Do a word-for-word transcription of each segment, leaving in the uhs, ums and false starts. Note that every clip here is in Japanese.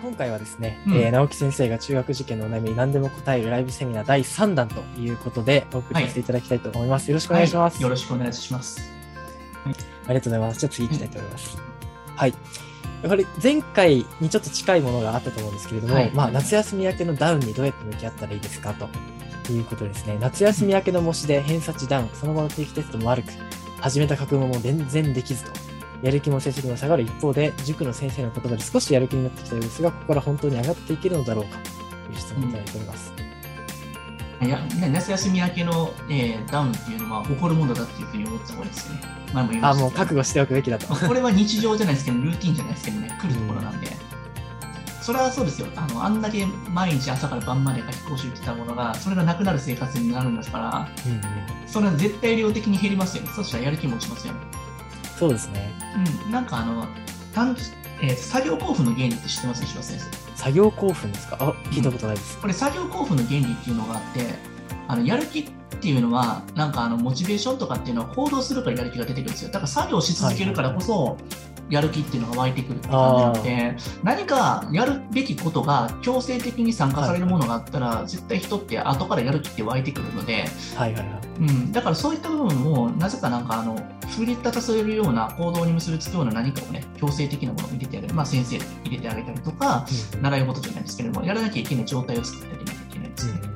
今回はですね、 うんえー直樹先生が中学受験のお悩みに何でも答えるライブセミナーだいさんだんということでお送りさせていただきたいと思います。よろしくお願いします。 はい、よろしくお願いします。 ありがとうございます。じゃあ次行きたいと思います。はい。やはり前回にちょっと近いものがあったと思うんですけれども、 はいまあ夏休み明けのダウンにどうやって向き合ったらいいですかということですね。夏休み明けの模試で偏差値ダウン、その後の定期テストも悪く、始めた覚悟も全然できずと。やる気も成績も下がる一方で、塾の先生の言葉で少しやる気になってきたようですが、ここから本当に上がっていけるのだろうかという質問をいただいております。 いや、夏休み明けの、えー、ダウンっていうのは起こるものだっていうふうに思った方がいいですね。前も言いましたけど。 あ、もう覚悟しておくべきだと。 これは日常じゃないですけど、ルーティンじゃないですけどね、来るところなんで。うん、それはそうですよ。あの、あんだけ毎日朝から晩まで書き講習してたものが、それがなくなる生活になるんですから、うんうん、それは絶対量的に減りますよね。そしたらやる気も落ちますよね。 そうですね。 うん、なんかあの、単えー、作業興奮の原理って知ってます石橋先生。 作業興奮ですか？あ、聞いたことないです。 うん、これ作業興奮の原理っていうのがあって、あのやる気っていうのは、なんかあのモチベーションとかっていうのは行動するからやる気が出てくるんですよ。だから作業し続けるからこそ、はいはいはい、やる気っていうのが湧いてくるって感じなので、何かやるべきことが強制的に参加されるものがあったら、はいはい、絶対人って後からやる気って湧いてくるので、はいはいはい、うん、だからそういった部分もなぜかなんかあの振り立たせるような行動に結びつくような何かをね、強制的なものを入れてあげる、まあ、先生入れてあげたりとか、うんうん、習い事じゃないですけれども、やらなきゃいけない状態を作ってあげなきゃいけないですね。うんうん、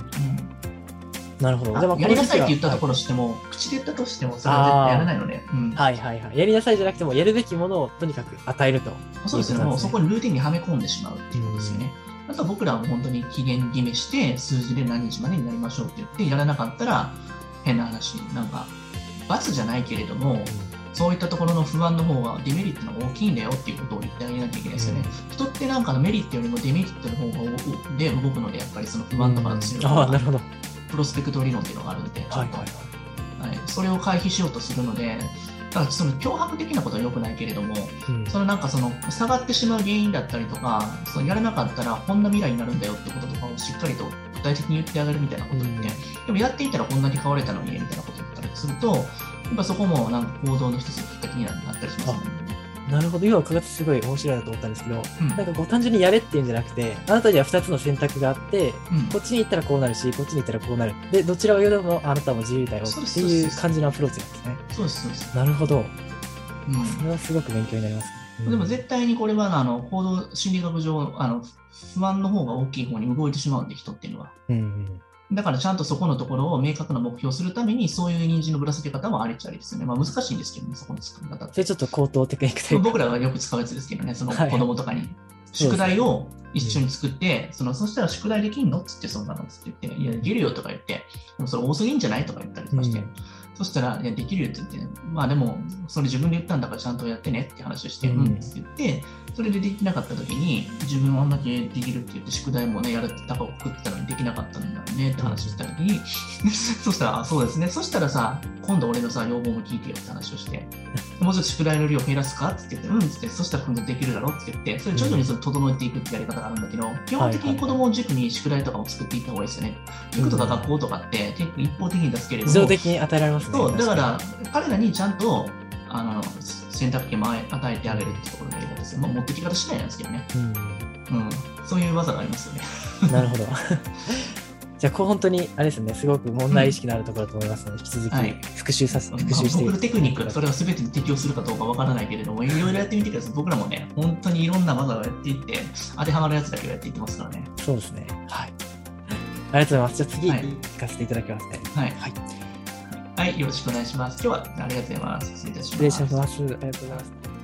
なるほど。 でもやりなさいって言ったところしても、はい、口で言ったとしてもそれは絶対やらないので、うん、 はいはいはい。やりなさいじゃなくても、やるべきものをとにかく与えると。 そうですね。もうそこにルーティンにはめ込んでしまうっていうことですよね。うん、あとは僕らは本当に期限決めして、数字で何日までになりましょうって言って、やらなかったら、変な話、なんか、罰じゃないけれども、うん、そういったところの不安の方がデメリットの大きいんだよっていうことを言ってあげなきゃいけないですよね。うん、人ってなんかのメリットよりもデメリットの方がで動くので、やっぱりその不安とかが強い、うん、ああ、なるほど。プロスペクト理論っていうのがあるので、はいはいはい、それを回避しようとするので、だからその脅迫的なことは良くないけれども、うん、そのなんかその下がってしまう原因だったりとか、そのやらなかったらこんな未来になるんだよってこととかをしっかりと具体的に言ってあげるみたいなこと言って、うん、でもやっていたらこんなに変われたのにみたいなこと言ったりすると、やっぱそこもなんか行動の一つのきっかけになったりしますね。 なるほど。今伺ってすごい面白いなと思ったんですけど、うん、なんかこう単純にやれっていうんじゃなくて、あなたにはふたつの選択があって、うん、こっちに行ったらこうなるし、こっちに行ったらこうなる。で、どちらを言うのもあなたも自由だよっていう感じのアプローチなんですね。 そうです、そうです。 なるほど。うん、それはすごく勉強になります、 ね。うん、でも絶対にこれはあの行動心理学上あの不安の方が大きい方に動いてしまうんで、人っていうのは。うんうん、だからちゃんとそこのところを明確な目標をするために、そういう人参のぶら下げ方はありっちゃありですよね。まあ難しいんですけどね、そこの作り方って。 それちょっと高等テクニックというか。 僕らがよく使うやつですけどね、その子供とかに。はい、宿題を一緒に作って、そのそしたら宿題できんのっつって、そんなのっつって言って、いや、できるよとか言って、でもそれ多すぎんじゃないとか言ったりとかして、うん、そしたら、いや、できるよって言って、ね、まあでも、それ自分で言ったんだからちゃんとやってねって話をして、うん、うんって言って、それでできなかった時に、自分はあんだけできるって言って、宿題もね、やるって高を食ってたのにできなかったんだよねって話をした時に、そしたら、あ、そうですね、そしたらさ、今度俺のさ、要望も聞いてよって話をして、もうちょっと宿題の量減らすかって言って、うんって言って、そしたら今度できるだろって言って、それ徐々にそれ整えていくってやり方があるんだけど、基本的に子供を塾に宿題とかも作っていった方がいいですよね。塾とか学校とかって結構一方的に出すけれども、 自動的に与えられますね。 そう、だから彼らにちゃんとあの選択権も与えてあげるってところのやり方ですよ。まあ、持ってき方次第なんですけどね。うん、うん、そういう技がありますよね。 なるほど。じゃあ、こう本当にあれですね、すごく問題意識のあるところだと思いますので、うん、引き続き復習させ、はい、復習していく。 僕のテクニック、それは全てに適用するかどうかわからないけれども、いろいろやってみてください。僕らもね、本当にいろんな技をやっていって、当てはまるやつだけをやっていってますからね。 そうですね。はい。ありがとうございます。じゃあ次、はい、行かせていただきますね。 はい。はい。はい、よろしくお願いします。今日はありがとうございます。失礼いたします。 失礼します。ありがとうございます。